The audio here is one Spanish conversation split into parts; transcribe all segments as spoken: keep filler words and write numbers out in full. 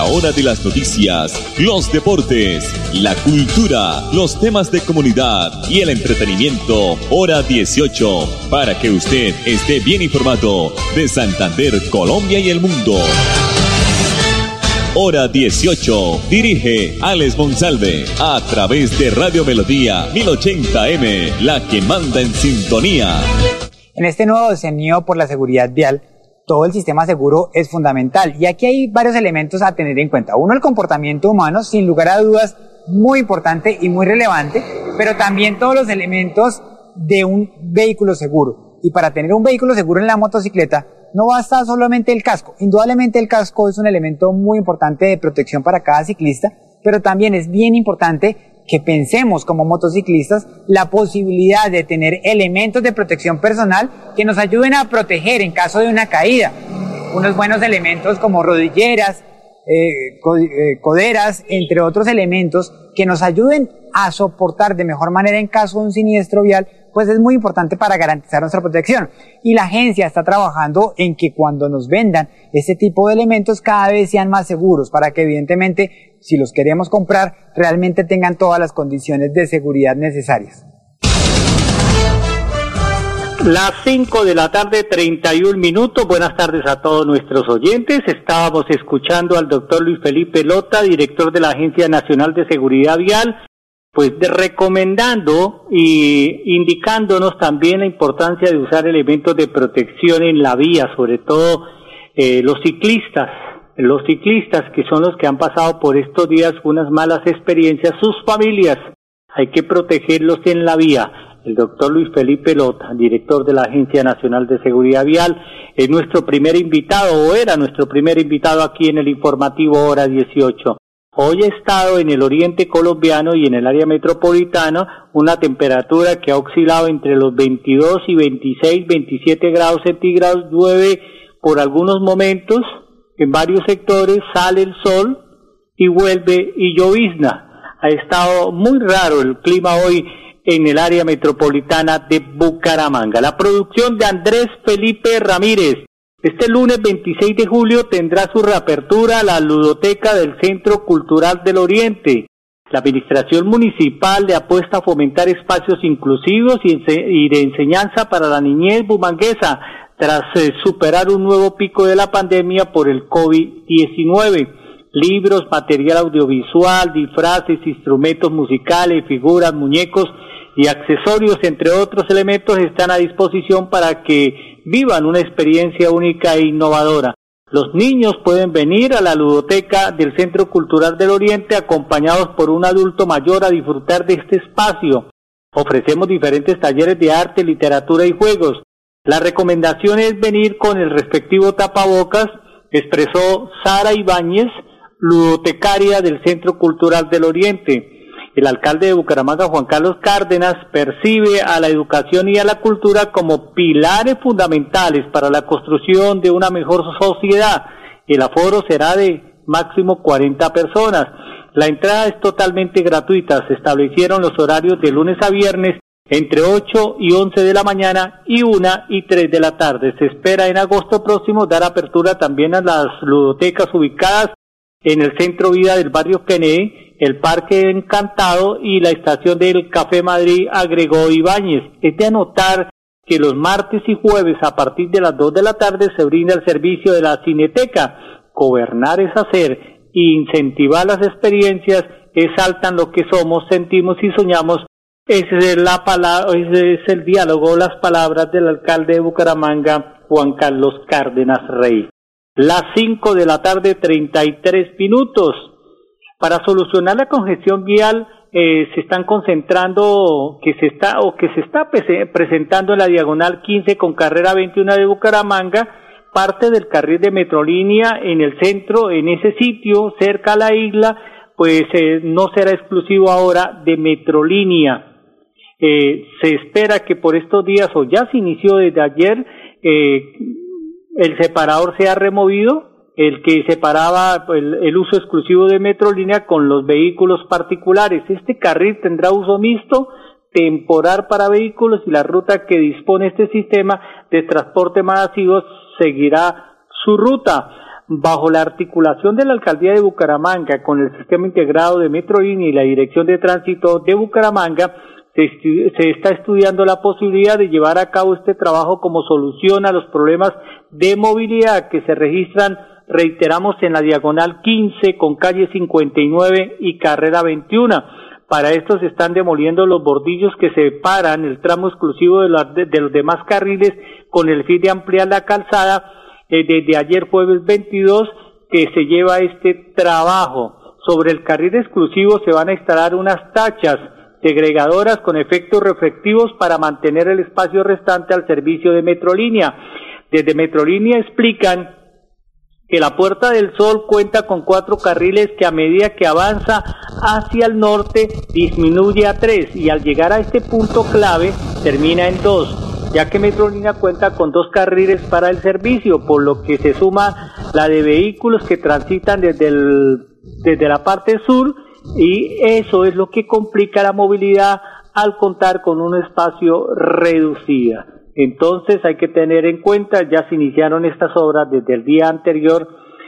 hora de las noticias, los deportes, la cultura, los temas de comunidad y el entretenimiento. Hora dieciocho, para que usted esté bien informado de Santander, Colombia y el mundo. Hora dieciocho, dirige Alex Monsalve, a través de Radio Melodía mil ochenta eme, la que manda en sintonía. En este nuevo diseño por la seguridad vial, todo el sistema seguro es fundamental, y aquí hay varios elementos a tener en cuenta. Uno, el comportamiento humano, sin lugar a dudas, muy importante y muy relevante, pero también todos los elementos de un vehículo seguro. Y para tener un vehículo seguro en la motocicleta, no basta solamente el casco. Indudablemente el casco es un elemento muy importante de protección para cada ciclista, pero también es bien importante que pensemos como motociclistas la posibilidad de tener elementos de protección personal que nos ayuden a proteger en caso de una caída. Unos buenos elementos como rodilleras, eh, coderas, entre otros elementos que nos ayuden a soportar de mejor manera en caso de un siniestro vial, pues es muy importante para garantizar nuestra protección. Y la agencia está trabajando en que cuando nos vendan este tipo de elementos cada vez sean más seguros, para que evidentemente, si los queremos comprar, realmente tengan todas las condiciones de seguridad necesarias. Las cinco de la tarde, treinta y un minutos. Buenas tardes a todos nuestros oyentes. Estábamos escuchando al doctor Luis Felipe Lota, director de la Agencia Nacional de Seguridad Vial, pues de, recomendando y indicándonos también la importancia de usar elementos de protección en la vía, sobre todo eh, los ciclistas, los ciclistas que son los que han pasado por estos días unas malas experiencias, sus familias, hay que protegerlos en la vía. El doctor Luis Felipe Lota, director de la Agencia Nacional de Seguridad Vial, es nuestro primer invitado, o era nuestro primer invitado aquí en el informativo Hora dieciocho. Hoy ha estado en el oriente colombiano y en el área metropolitana una temperatura que ha oscilado entre los veintidós y veintiséis, veintisiete grados centígrados, llueve por algunos momentos en varios sectores, sale el sol y vuelve y llovizna. Ha estado muy raro el clima hoy en el área metropolitana de Bucaramanga. La producción de Andrés Felipe Ramírez. Este lunes veintiséis de julio tendrá su reapertura la ludoteca del Centro Cultural del Oriente. La administración municipal le apuesta a fomentar espacios inclusivos y de enseñanza para la niñez bumanguesa tras eh, superar un nuevo pico de la pandemia por el COVID diecinueve. Libros, material audiovisual, disfraces, instrumentos musicales, figuras, muñecos y accesorios, entre otros elementos, están a disposición para que vivan una experiencia única e innovadora. Los niños pueden venir a la ludoteca del Centro Cultural del Oriente acompañados por un adulto mayor a disfrutar de este espacio. Ofrecemos diferentes talleres de arte, literatura y juegos. La recomendación es venir con el respectivo tapabocas, expresó Sara Ibáñez, ludotecaria del Centro Cultural del Oriente. El alcalde de Bucaramanga, Juan Carlos Cárdenas, percibe a la educación y a la cultura como pilares fundamentales para la construcción de una mejor sociedad. El aforo será de máximo cuarenta personas. La entrada es totalmente gratuita. Se establecieron los horarios de lunes a viernes entre ocho y once de la mañana y una y tres de la tarde. Se espera en agosto próximo dar apertura también a las ludotecas ubicadas en el Centro Vida del barrio Kennedy, el Parque Encantado y la estación del Café Madrid, agregó Ibáñez. Es de anotar que los martes y jueves a partir de las dos de la tarde se brinda el servicio de la Cineteca. Gobernar es hacer, incentivar las experiencias, exaltan lo que somos, sentimos y soñamos. Ese es la palabra, ese es el diálogo, las palabras del alcalde de Bucaramanga, Juan Carlos Cárdenas Rey. Las cinco de la tarde, treinta y tres minutos. Para solucionar la congestión vial, eh, se están concentrando, que se está, o que se está presentando en la diagonal quince con carrera veintiuno de Bucaramanga, parte del carril de Metrolínea en el centro, en ese sitio, cerca a la isla, pues eh, no será exclusivo ahora de Metrolínea. Eh, se espera que por estos días, o ya se inició desde ayer, eh, el separador sea removido, el que separaba el, el uso exclusivo de Metrolínea con los vehículos particulares. Este carril tendrá uso mixto, temporal para vehículos, y la ruta que dispone este sistema de transporte masivo seguirá su ruta. bajo la articulación de la Alcaldía de Bucaramanga con el Sistema Integrado de Metrolínea y la Dirección de Tránsito de Bucaramanga, se, estu- se está estudiando la posibilidad de llevar a cabo este trabajo como solución a los problemas de movilidad que se registran, reiteramos, en la diagonal quince con calle cincuenta y nueve y carrera veintiuno. Para esto se están demoliendo los bordillos que separan el tramo exclusivo de, la, de, de los demás carriles con el fin de ampliar la calzada. Eh, desde ayer jueves veintidós que se lleva este trabajo. Sobre el carril exclusivo se van a instalar unas tachas segregadoras con efectos reflectivos para mantener el espacio restante al servicio de Metrolínea. Desde Metrolínea explican que la Puerta del Sol cuenta con cuatro carriles que a medida que avanza hacia el norte disminuye a tres y al llegar a este punto clave termina en dos, ya que Metrolínea cuenta con dos carriles para el servicio, por lo que se suma la de vehículos que transitan desde, el, desde la parte sur, y eso es lo que complica la movilidad al contar con un espacio reducido. Entonces hay que tener en cuenta, ya se iniciaron estas obras desde el día anterior,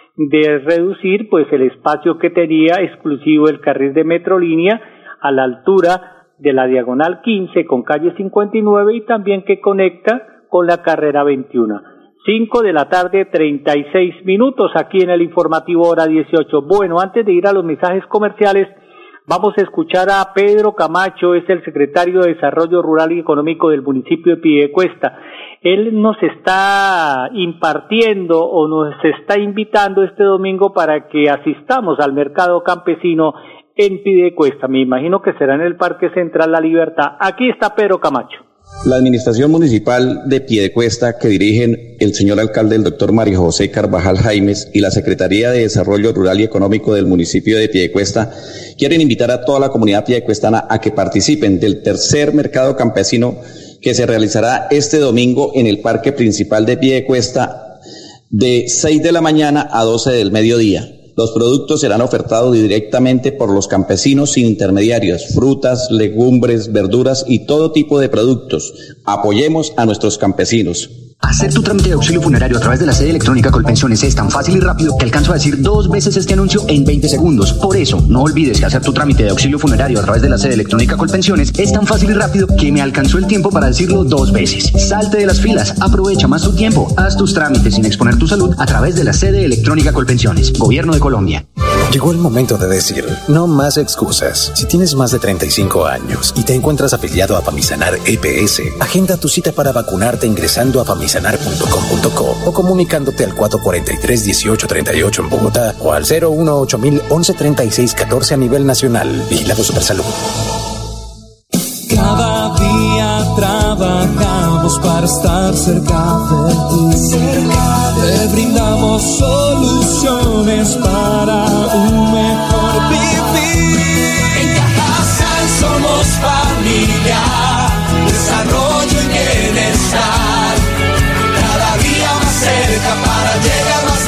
de reducir pues el espacio que tenía exclusivo el carril de Metrolínea a la altura de la diagonal quince con calle cincuenta y nueve y también que conecta con la carrera veintiuno. cinco de la tarde, treinta y seis minutos aquí en el informativo hora dieciocho. Bueno, antes de ir a los mensajes comerciales, vamos a escuchar a Pedro Camacho, es el secretario de Desarrollo Rural y Económico del municipio de Piedecuesta. Él nos está impartiendo o nos está invitando este domingo para que asistamos al mercado campesino en Piedecuesta. Me imagino que será en el Parque Central La Libertad. Aquí está Pedro Camacho. La administración municipal de Piedecuesta, que dirigen el señor alcalde, el doctor Mario José Carvajal Jaimes, y la Secretaría de Desarrollo Rural y Económico del municipio de Piedecuesta, quieren invitar a toda la comunidad piedecuestana a que participen del tercer mercado campesino que se realizará este domingo en el Parque Principal de Piedecuesta de seis de la mañana a doce del mediodía. Los productos serán ofertados directamente por los campesinos sin intermediarios, frutas, legumbres, verduras y todo tipo de productos. Apoyemos a nuestros campesinos. Hacer tu trámite de auxilio funerario a través de la sede electrónica Colpensiones es tan fácil y rápido que alcanzo a decir dos veces este anuncio en veinte segundos. Por eso, no olvides que hacer tu trámite de auxilio funerario a través de la sede electrónica Colpensiones es tan fácil y rápido que me alcanzó el tiempo para decirlo dos veces. Salte de las filas, aprovecha más tu tiempo, haz tus trámites sin exponer tu salud a través de la sede electrónica Colpensiones. Gobierno de Colombia. Llegó el momento de decir, no más excusas. Si tienes más de treinta y cinco años y te encuentras afiliado a Famisanar E P S, agenda tu cita para vacunarte ingresando a famisanar punto com punto co o comunicándote al cuatro cuatro tres, dieciocho treinta y ocho en Bogotá o al cero uno ocho mil once treinta y seis catorce a nivel nacional. Vigilado Supersalud. Cada día trabajamos para estar cerca de ti. Cerca de Te brindamos soluciones para un mejor vivir. En Cajasal somos familia, desarrollo y bienestar. Cada día más cerca para llegar más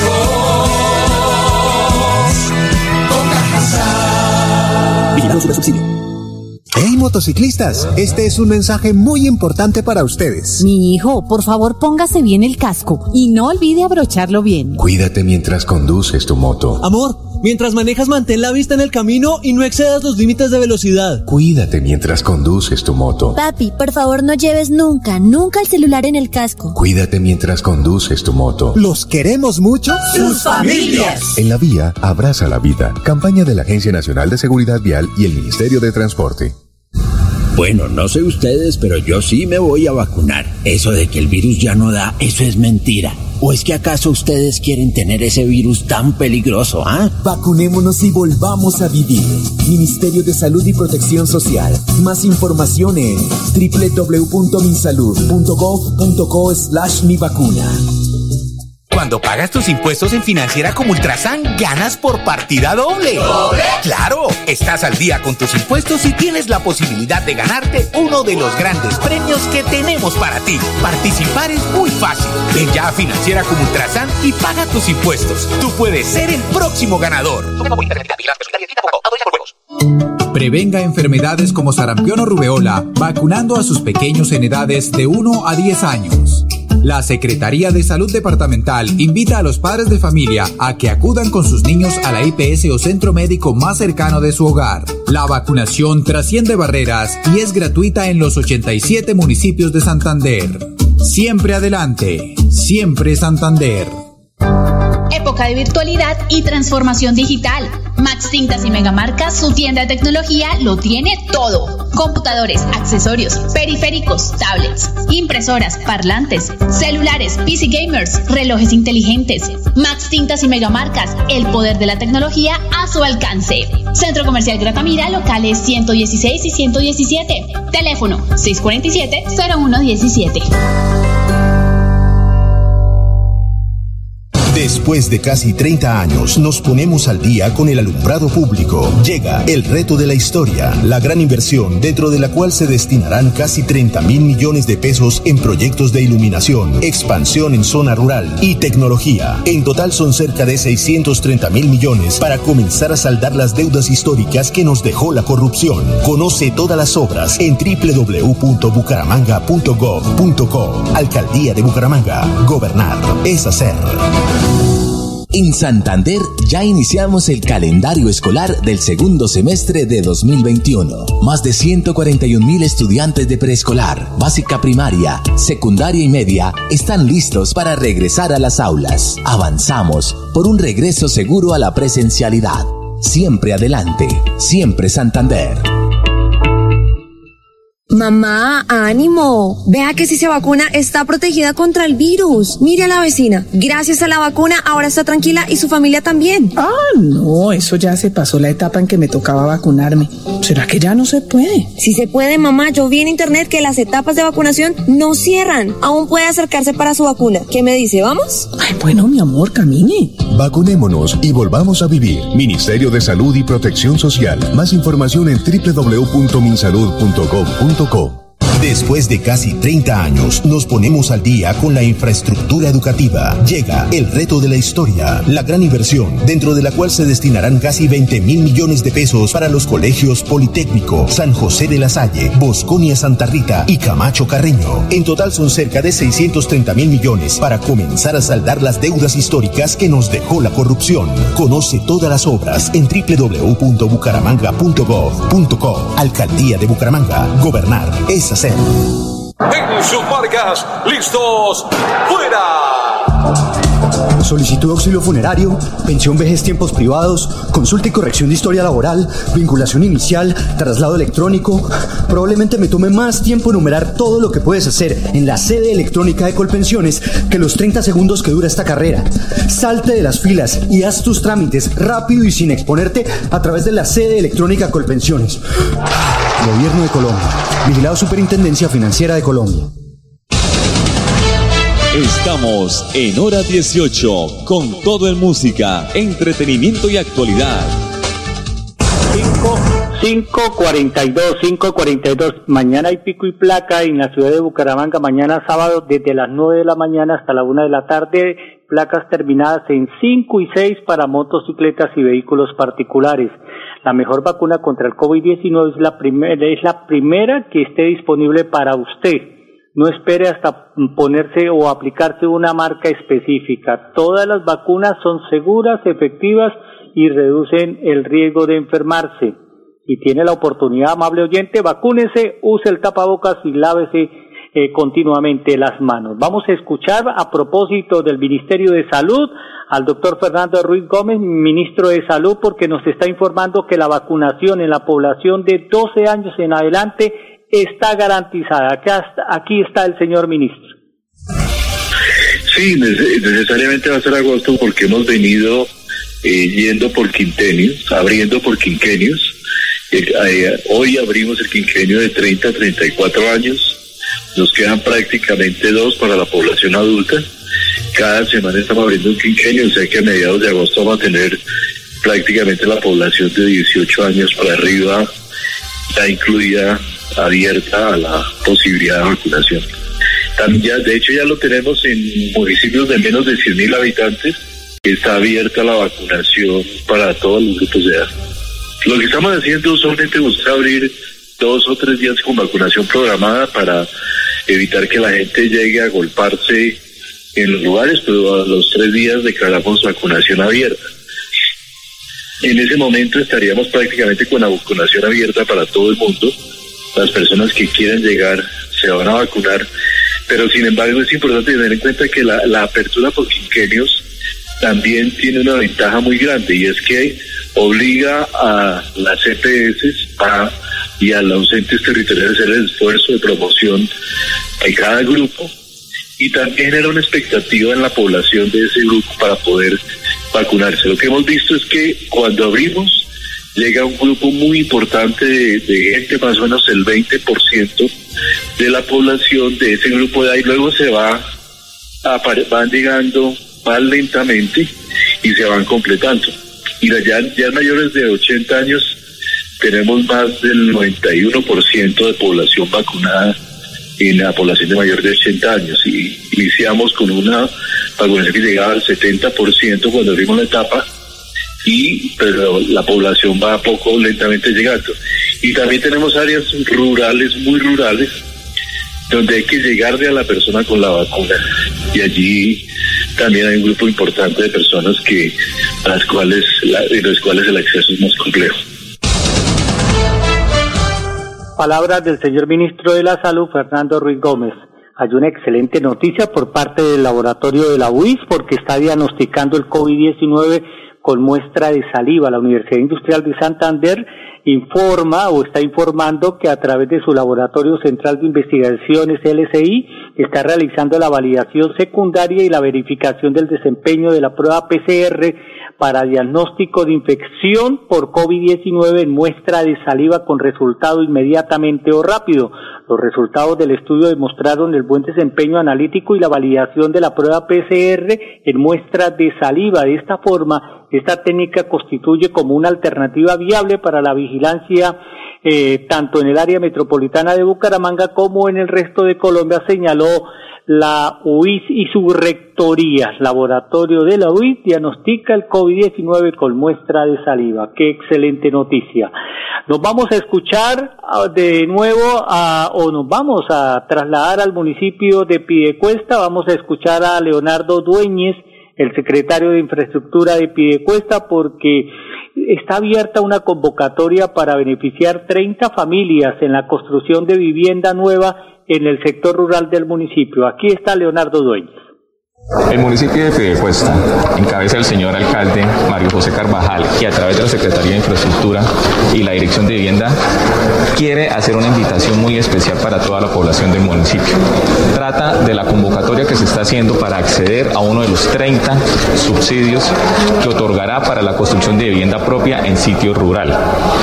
lejos. Con Cajasal. Vigilado Supersubsidio. ¡Hey, motociclistas! Este es un mensaje muy importante para ustedes. Mi hijo, por favor, póngase bien el casco y no olvide abrocharlo bien. Cuídate mientras conduces tu moto. Amor, mientras manejas mantén la vista en el camino y no excedas los límites de velocidad. Cuídate mientras conduces tu moto. Papi, por favor, no lleves nunca, nunca el celular en el casco. Cuídate mientras conduces tu moto. ¿Los queremos mucho? ¡Sus familias! En la vía, abraza la vida. Campaña de la Agencia Nacional de Seguridad Vial y el Ministerio de Transporte. Bueno, no sé ustedes, pero yo sí me voy a vacunar. Eso de que el virus ya no da, eso es mentira. ¿O es que acaso ustedes quieren tener ese virus tan peligroso, ah? Vacunémonos y volvamos a vivir. Ministerio de Salud y Protección Social. Más información en doble u doble u doble u punto minsalud punto gov punto co slash mi vacuna. Cuando pagas tus impuestos en Financiera como Ultrasan, ganas por partida doble. ¿Doble? ¡Claro! Estás al día con tus impuestos y tienes la posibilidad de ganarte uno de los grandes premios que tenemos para ti. Participar es muy fácil. Ven ya a Financiera como Ultrasan y paga tus impuestos. Tú puedes ser el próximo ganador. Prevenga enfermedades como sarampión o rubeola, vacunando a sus pequeños en edades de uno a diez años. La Secretaría de Salud Departamental invita a los padres de familia a que acudan con sus niños a la I P S o centro médico más cercano de su hogar. La vacunación trasciende barreras y es gratuita en los ochenta y siete municipios de Santander. Siempre adelante, siempre Santander. Época de virtualidad y transformación digital. Max Tintas y Megamarcas, su tienda de tecnología, lo tiene todo. Computadores, accesorios, periféricos, tablets, impresoras, parlantes, celulares, P C gamers, relojes inteligentes. Max Tintas y Megamarcas, el poder de la tecnología a su alcance. Centro Comercial Gratamira, locales ciento dieciséis y ciento diecisiete. Teléfono seis cuatro siete, cero uno uno siete. Después de casi treinta años, nos ponemos al día con el alumbrado público. Llega el reto de la historia, la gran inversión dentro de la cual se destinarán casi treinta mil millones de pesos en proyectos de iluminación, expansión en zona rural y tecnología. En total son cerca de seiscientos treinta mil millones para comenzar a saldar las deudas históricas que nos dejó la corrupción. Conoce todas las obras en doble u doble u doble u punto bucaramanga punto gov punto co. Alcaldía de Bucaramanga. Gobernar es hacer. En Santander ya iniciamos el calendario escolar del segundo semestre de dos mil veintiuno. Más de ciento cuarenta y un mil estudiantes de preescolar, básica primaria, secundaria y media están listos para regresar a las aulas. Avanzamos por un regreso seguro a la presencialidad. Siempre adelante, siempre Santander. Mamá, ánimo. Vea que si se vacuna está protegida contra el virus. Mire a la vecina. Gracias a la vacuna ahora está tranquila y su familia también. Ah, no, eso ya se pasó la etapa en que me tocaba vacunarme. ¿Será que ya no se puede? Sí se puede, mamá. Yo vi en internet que las etapas de vacunación no cierran. Aún puede acercarse para su vacuna. ¿Qué me dice? ¿Vamos? Ay, bueno, mi amor, camine. Vacunémonos y volvamos a vivir. Ministerio de Salud y Protección Social. Más información en doble u doble u doble u punto minsalud punto gov punto co. Después de casi treinta años, nos ponemos al día con la infraestructura educativa. Llega el reto de la historia, la gran inversión, dentro de la cual se destinarán casi veinte mil millones de pesos para los colegios Politécnico, San José de la Salle, Bosconia Santa Rita y Camacho Carreño. En total son cerca de seiscientos treinta mil millones para comenzar a saldar las deudas históricas que nos dejó la corrupción. Conoce todas las obras en doble u doble u doble u punto bucaramanga punto gov punto co. Alcaldía de Bucaramanga. Gobernar es hacer. En sus marcas, listos, fuera. Solicitud de auxilio funerario, pensión vejez tiempos privados, consulta y corrección de historia laboral, vinculación inicial, traslado electrónico. Probablemente me tome más tiempo enumerar todo lo que puedes hacer en la sede electrónica de Colpensiones que los treinta segundos que dura esta carrera. Salte de las filas y haz tus trámites rápido y sin exponerte a través de la sede electrónica Colpensiones. Gobierno de Colombia. Vigilado Superintendencia Financiera de Colombia. Estamos en hora dieciocho con todo en música, entretenimiento y actualidad. cinco cuarenta y dos, cinco cuarenta y dos. Mañana hay pico y placa en la ciudad de Bucaramanga. Mañana sábado desde las nueve de la mañana hasta la una de la tarde. Placas terminadas en cinco y seis para motocicletas y vehículos particulares. La mejor vacuna contra el COVID diecinueve es la primera, es la primera que esté disponible para usted. No espere hasta ponerse o aplicarse una marca específica. Todas las vacunas son seguras, efectivas y reducen el riesgo de enfermarse. Si tiene la oportunidad, amable oyente, vacúnese, use el tapabocas y lávese eh, continuamente las manos. Vamos a escuchar a propósito del Ministerio de Salud al doctor Fernando Ruiz Gómez, ministro de Salud, porque nos está informando que la vacunación en la población de doce años en adelante está garantizada. Aquí está el señor ministro. Sí, necesariamente va a ser agosto porque hemos venido eh, yendo por quinquenios, abriendo por quinquenios. Eh, eh, hoy abrimos el quinquenio de treinta a treinta y cuatro años. Nos quedan prácticamente dos para la población adulta. Cada semana estamos abriendo un quinquenio, o sea que a mediados de agosto vamos a tener prácticamente la población de dieciocho años para arriba ya incluida, abierta a la posibilidad de vacunación. También ya, de hecho ya lo tenemos en municipios de menos de cien mil habitantes, está abierta la vacunación para todos los grupos de edad. Lo que estamos haciendo es solamente buscar abrir dos o tres días con vacunación programada para evitar que la gente llegue a golparse en los lugares, pero a los tres días declaramos vacunación abierta. En ese momento estaríamos prácticamente con la vacunación abierta para todo el mundo. Las personas que quieran llegar se van a vacunar, pero sin embargo es importante tener en cuenta que la, la apertura por quinquenios también tiene una ventaja muy grande, y es que obliga a las E P S a, y a los entes territoriales a hacer el esfuerzo de promoción de cada grupo, y también genera una expectativa en la población de ese grupo para poder vacunarse. Lo que hemos visto es que cuando abrimos llega un grupo muy importante de, de gente, más o menos el veinte por ciento de la población de ese grupo de ahí, luego se va a, van llegando más lentamente y se van completando. Y ya, ya mayores de ochenta años tenemos más del noventa y uno por ciento de población vacunada en la población de mayor de ochenta años, y iniciamos con una vacunación que llegaba al setenta por ciento cuando abrimos la etapa, y pero la población va a poco lentamente llegando. Y también tenemos áreas rurales, muy rurales, donde hay que llegarle a la persona con la vacuna, y allí también hay un grupo importante de personas que a las cuales la, de las cuales el acceso es más complejo. Palabras del señor ministro de la Salud, Fernando Ruiz Gómez. Hay una excelente noticia por parte del laboratorio de la U I S, porque está diagnosticando el COVID diecinueve con muestra de saliva. La Universidad Industrial de Santander informa o está informando que a través de su Laboratorio Central de Investigaciones L C I está realizando la validación secundaria y la verificación del desempeño de la prueba P C R para diagnóstico de infección por COVID diecinueve en muestra de saliva con resultado inmediatamente o rápido. Los resultados del estudio demostraron el buen desempeño analítico y la validación de la prueba P C R en muestra de saliva. De esta forma, esta técnica constituye como una alternativa viable para la vigilancia eh, tanto en el área metropolitana de Bucaramanga como en el resto de Colombia, señaló la U I S y su rectoría. Laboratorio de la U I S diagnostica el COVID diecinueve con muestra de saliva. Qué excelente noticia. Nos vamos a escuchar de nuevo a, o nos vamos a trasladar al municipio de Piedecuesta. Vamos a escuchar a Leonardo Dueñez, el secretario de Infraestructura de Piedecuesta, porque está abierta una convocatoria para beneficiar treinta familias en la construcción de vivienda nueva en el sector rural del municipio. Aquí está Leonardo Dueñez. El municipio de Piedecuesta, en cabeza del señor alcalde Mario José Carvajal, y a través de la Secretaría de Infraestructura y la Dirección de Vivienda, quiere hacer una invitación muy especial para toda la población del municipio. Trata de la convocatoria que se está haciendo para acceder a uno de los treinta subsidios que otorgará para la construcción de vivienda propia en sitio rural.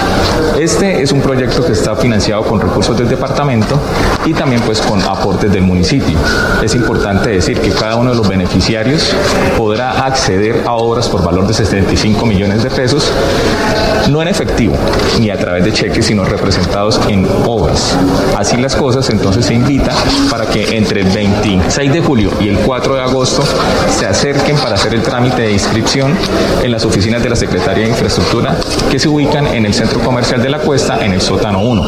Este es un proyecto que está financiado con recursos del departamento y también pues con aportes del municipio. Es importante decir que cada uno de los beneficiarios podrá acceder a obras por valor de setenta y cinco millones de pesos, no en efectivo ni a través de cheques, sino representados en obras. Así las cosas, entonces se invita para que entre el veintiséis de julio y el cuatro de agosto se acerquen para hacer el trámite de inscripción en las oficinas de la Secretaría de Infraestructura, que se ubican en el Centro Comercial de la Cuesta, en el sótano uno.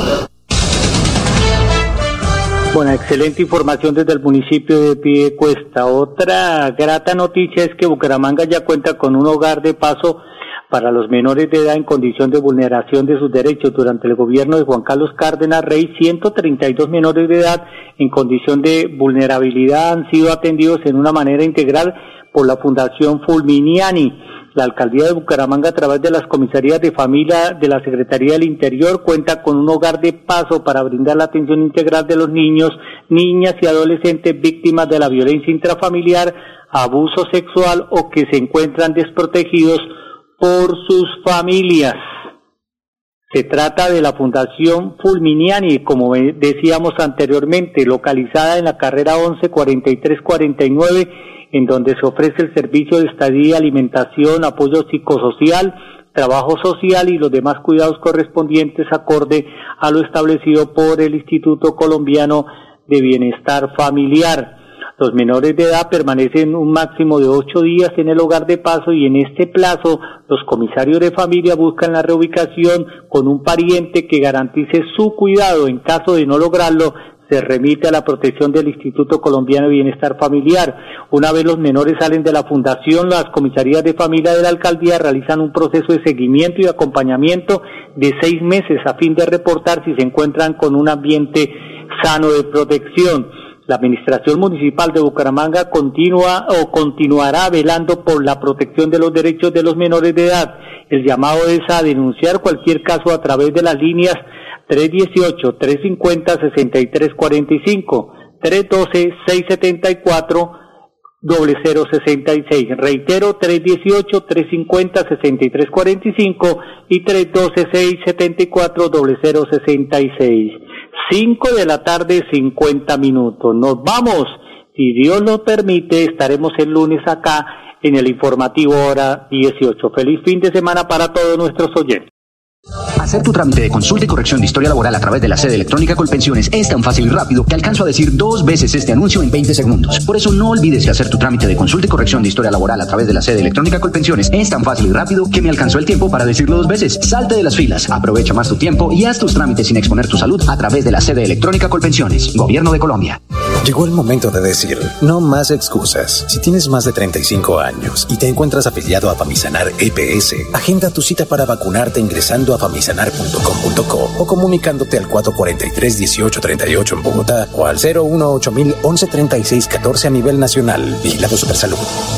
Bueno, excelente información desde el municipio de Piedecuesta. Otra grata noticia es que Bucaramanga ya cuenta con un hogar de paso para los menores de edad en condición de vulneración de sus derechos. Durante el gobierno de Juan Carlos Cárdenas Rey, ciento treinta y dos menores de edad en condición de vulnerabilidad han sido atendidos en una manera integral por la Fundación Fulminiani. La Alcaldía de Bucaramanga, a través de las comisarías de familia de la Secretaría del Interior, cuenta con un hogar de paso para brindar la atención integral de los niños, niñas y adolescentes víctimas de la violencia intrafamiliar, abuso sexual o que se encuentran desprotegidos por sus familias. Se trata de la Fundación Fulminiani, como decíamos anteriormente, localizada en la carrera once cuarenta y tres cuarenta y nueve, en donde se ofrece el servicio de estadía, alimentación, apoyo psicosocial, trabajo social y los demás cuidados correspondientes acorde a lo establecido por el Instituto Colombiano de Bienestar Familiar. Los menores de edad permanecen un máximo de ocho días en el hogar de paso y en este plazo los comisarios de familia buscan la reubicación con un pariente que garantice su cuidado. En caso de no lograrlo, se remite a la protección del Instituto Colombiano de Bienestar Familiar. Una vez los menores salen de la fundación, las comisarías de familia de la alcaldía realizan un proceso de seguimiento y acompañamiento de seis meses a fin de reportar si se encuentran con un ambiente sano de protección. La Administración Municipal de Bucaramanga continúa o continuará velando por la protección de los derechos de los menores de edad. El llamado es a denunciar cualquier caso a través de las líneas tres dieciocho, tres cincuenta, sesenta y tres cuarenta y cinco, tres doce, seiscientos setenta y cuatro, cero cero sesenta y seis. Reitero, tres dieciocho, tres cincuenta, sesenta y tres cuarenta y cinco y tres doce, seiscientos setenta y cuatro, cero cero sesenta y seis. cinco de la tarde, cincuenta minutos. Nos vamos. Si Dios lo permite, estaremos el lunes acá en el informativo hora dieciocho. Feliz fin de semana para todos nuestros oyentes. Hacer tu trámite de consulta y corrección de historia laboral a través de la sede electrónica Colpensiones es tan fácil y rápido que alcanzo a decir dos veces este anuncio en veinte segundos. Por eso no olvides que hacer tu trámite de consulta y corrección de historia laboral a través de la sede electrónica Colpensiones es tan fácil y rápido que me alcanzó el tiempo para decirlo dos veces. Salte de las filas, aprovecha más tu tiempo y haz tus trámites sin exponer tu salud a través de la sede electrónica Colpensiones. Gobierno de Colombia. Llegó el momento de decir, no más excusas. Si tienes más de treinta y cinco años y te encuentras afiliado a Famisanar E P S, agenda tu cita para vacunarte ingresando a famisanar punto com punto co o comunicándote al cuatro cuatro tres, dieciocho treinta y ocho en Bogotá o al cero uno ocho mil once treinta y seis catorce a nivel nacional. Vigilado Supersalud.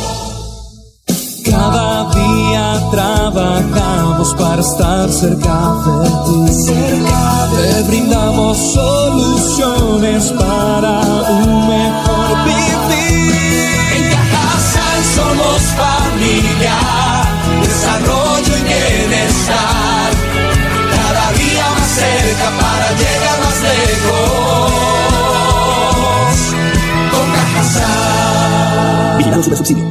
Cada día trabajamos para estar cerca de ti. Cerca de Te brindamos soluciones para un mejor vivir. En Cajasal somos familia, desarrollo y bienestar. Cada día más cerca para llegar más lejos. Con Cajasal. Vigilado Supersubsidio.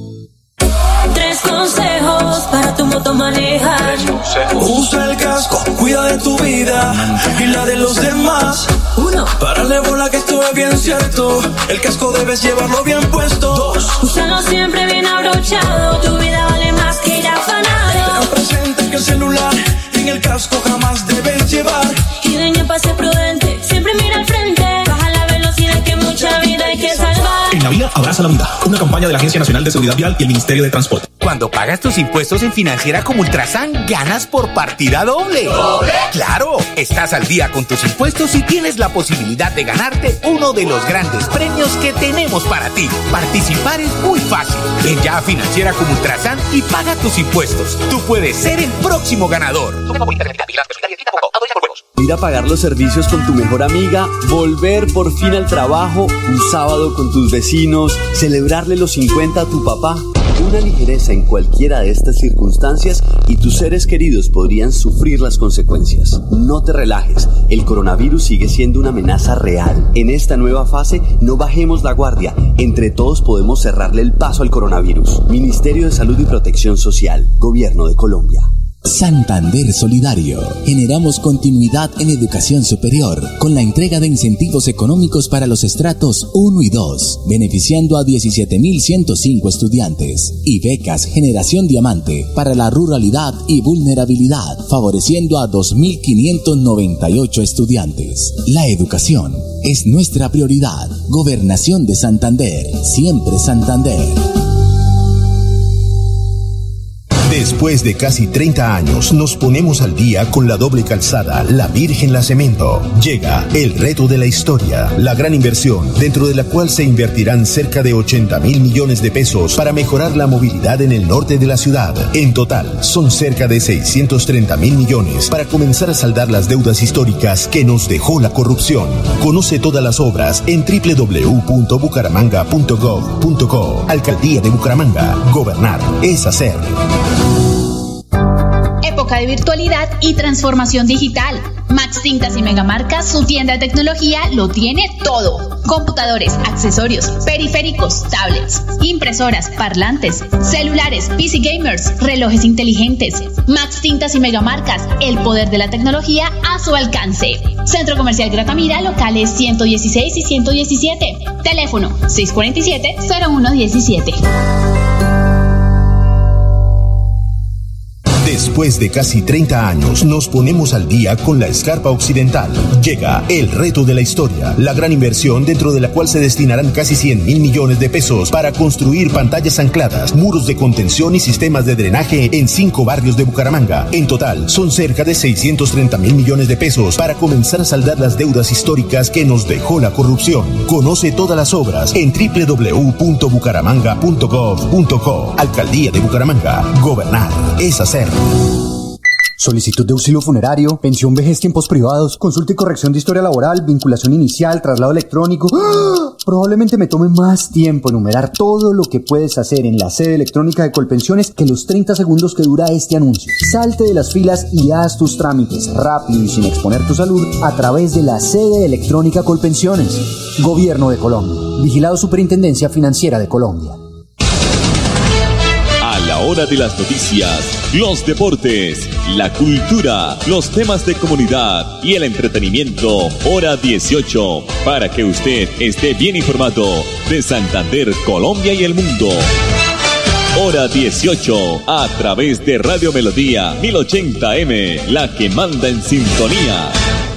Para tu moto manejar. Usa el casco, cuida de tu vida y la de los demás. Uno. Párale bola que esto es bien cierto. El casco debes llevarlo bien puesto. Dos. Úsalo siempre bien abrochado. Tu vida vale más que ir afanado. Ten presente que el celular en el casco jamás debes llevar. Y de pase prudente, siempre mira al frente. Baja la velocidad que mucha vida hay que salvar. En la vía abraza la vida. Una campaña de la Agencia Nacional de Seguridad Vial y el Ministerio de Transporte. Cuando pagas tus impuestos en Financiera como Ultrasan, ganas por partida doble. ¿Doble? ¡Claro! Estás al día con tus impuestos y tienes la posibilidad de ganarte uno de los grandes premios que tenemos para ti. Participar es muy fácil. Ven ya a Financiera como Ultrasan y paga tus impuestos. Tú puedes ser el próximo ganador. Ir a pagar los servicios con tu mejor amiga, volver por fin al trabajo, un sábado con tus vecinos, celebrarle los cincuenta a tu papá. Una ligereza en cualquiera de estas circunstancias y tus seres queridos podrían sufrir las consecuencias. No te relajes, el coronavirus sigue siendo una amenaza real. En esta nueva fase, no bajemos la guardia. Entre todos podemos cerrarle el paso al coronavirus. Ministerio de Salud y Protección Social, Gobierno de Colombia. Santander Solidario. Generamos continuidad en educación superior con la entrega de incentivos económicos para los estratos uno y dos, beneficiando a diecisiete mil ciento cinco estudiantes, y becas Generación Diamante para la ruralidad y vulnerabilidad, favoreciendo a dos mil quinientos noventa y ocho estudiantes. La educación es nuestra prioridad. Gobernación de Santander, siempre Santander. Después de casi treinta años, nos ponemos al día con la doble calzada La Virgen La Cemento. Llega el reto de la historia, la gran inversión, dentro de la cual se invertirán cerca de ochenta mil millones de pesos para mejorar la movilidad en el norte de la ciudad. En total, son cerca de seiscientos treinta mil millones para comenzar a saldar las deudas históricas que nos dejó la corrupción. Conoce todas las obras en doble u doble u doble u punto bucaramanga punto gov punto co. Alcaldía de Bucaramanga. Gobernar es hacer. Época de virtualidad y transformación digital. Max Tintas y Megamarcas, su tienda de tecnología, lo tiene todo. computadores, accesorios, periféricos, tablets, impresoras, parlantes, celulares, P C gamers, relojes inteligentes, Max Tintas y Megamarcas, el poder de la tecnología a su alcance. Centro Comercial Gratamira, locales ciento dieciséis y ciento diecisiete. Teléfono seis cuatro siete, cero uno diecisiete. Después de casi treinta años, nos ponemos al día con la Escarpa Occidental. Llega el reto de la historia, la gran inversión dentro de la cual se destinarán casi cien mil millones de pesos para construir pantallas ancladas, muros de contención y sistemas de drenaje en cinco barrios de Bucaramanga. En total, son cerca de seiscientos treinta mil millones de pesos para comenzar a saldar las deudas históricas que nos dejó la corrupción. Conoce todas las obras en doble u doble u doble u punto bucaramanga punto gov punto co. Alcaldía de Bucaramanga. Gobernar es hacer. Solicitud de auxilio funerario, pensión vejez tiempos privados, consulta y corrección de historia laboral, vinculación inicial, traslado electrónico. ¡Ah! Probablemente me tome más tiempo enumerar todo lo que puedes hacer en la sede electrónica de Colpensiones que los treinta segundos que dura este anuncio. Salte de las filas y haz tus trámites rápido y sin exponer tu salud a través de la sede electrónica Colpensiones. Gobierno de Colombia. Vigilado Superintendencia Financiera de Colombia. La hora de las noticias, los deportes, la cultura, los temas de comunidad y el entretenimiento, hora dieciocho, para que usted esté bien informado de Santander, Colombia y el mundo. Hora dieciocho, a través de Radio Melodía mil ochenta eme, la que manda en sintonía.